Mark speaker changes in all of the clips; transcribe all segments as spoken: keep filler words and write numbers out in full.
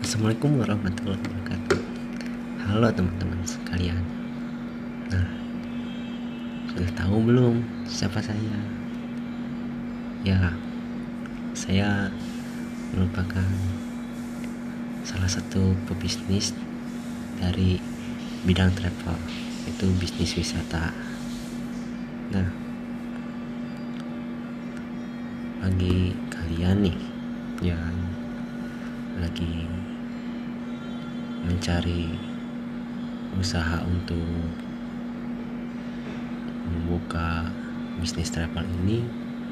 Speaker 1: Assalamualaikum warahmatullahi wabarakatuh. Halo teman-teman sekalian. Nah, sudah tahu belum siapa saya? Ya, saya merupakan salah satu pebisnis dari bidang travel, itu bisnis wisata. Nah, bagi kalian nih yang lagi mencari usaha untuk membuka bisnis travel ini,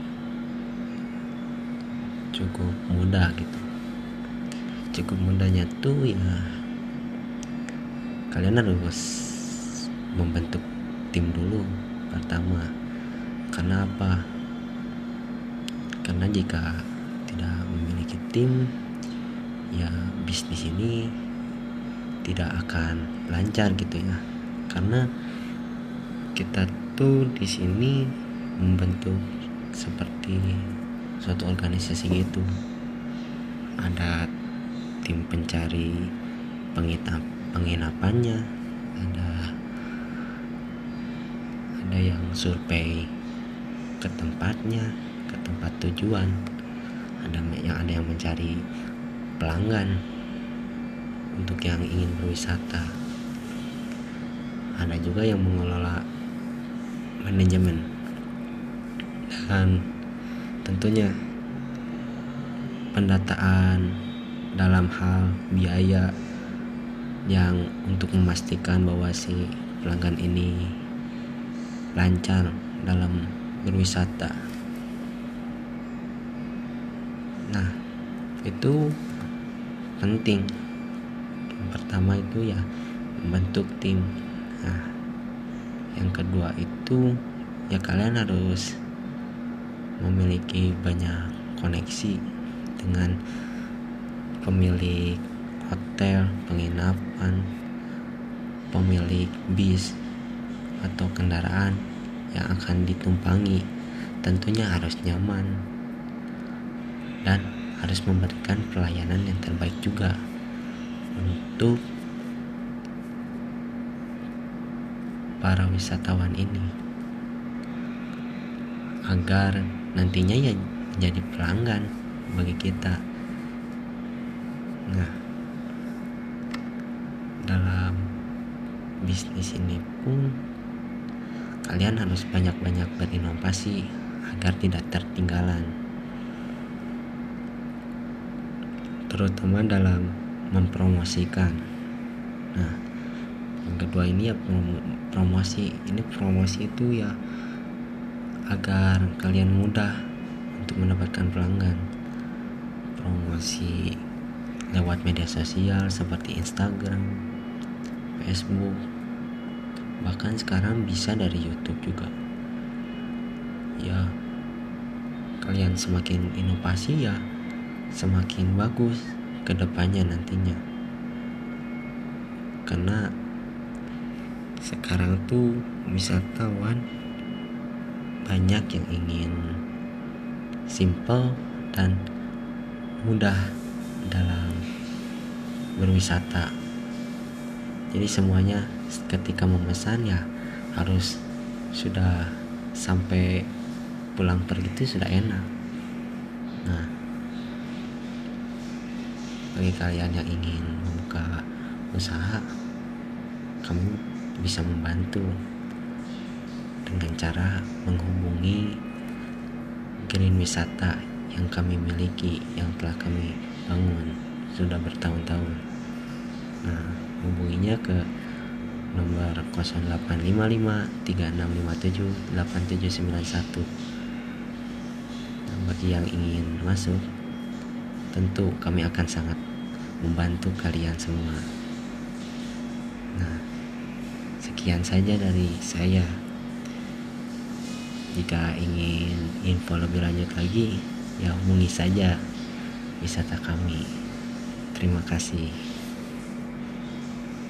Speaker 1: cukup mudah gitu. Cukup mudahnya tuh ya, kalian harus membentuk tim dulu pertama. Karena apa? Karena jika tidak memiliki tim, ya bisnis ini tidak akan lancar gitu ya. Karena kita tuh di sini membentuk seperti suatu organisasi gitu. Ada tim pencari penginap penginapannya, ada ada yang survei ke tempatnya, ke tempat tujuan, ada yang ada yang mencari pelanggan untuk yang ingin berwisata, ada juga yang mengelola manajemen, dan tentunya pendataan dalam hal biaya yang untuk memastikan bahwa si pelanggan ini lancar dalam berwisata. Nah, itu penting. Yang pertama itu ya membentuk tim. Nah, yang kedua itu ya kalian harus memiliki banyak koneksi dengan pemilik hotel, penginapan, pemilik bis atau kendaraan yang akan ditumpangi. Tentunya harus nyaman dan harus memberikan pelayanan yang terbaik juga untuk para wisatawan ini, agar nantinya ya menjadi pelanggan bagi kita. Nah, dalam bisnis ini pun kalian harus banyak-banyak berinovasi agar tidak tertinggalan, terutama dalam mempromosikan. Nah, yang kedua ini ya promosi. Ini promosi itu ya agar kalian mudah untuk mendapatkan pelanggan. Promosi lewat media sosial seperti Instagram, Facebook, bahkan sekarang bisa dari YouTube juga. Ya, kalian semakin inovasi ya semakin bagus ke depannya nantinya. Karena sekarang tuh wisatawan banyak yang ingin simple dan mudah dalam berwisata. Jadi semuanya ketika memesan ya harus sudah sampai pulang pergi itu sudah enak. Nah, bagi kalian yang ingin membuka usaha, kamu bisa membantu dengan cara menghubungi Green Wisata yang kami miliki, yang telah kami bangun sudah bertahun-tahun. Nah, hubunginya ke nomor nol delapan lima lima tiga enam lima tujuh delapan tujuh sembilan satu. Nah, bagi yang ingin masuk, tentu kami akan sangat membantu kalian semua. Nah, sekian saja dari saya. Jika ingin info lebih lanjut lagi, ya hubungi saja wisata kami. Terima kasih.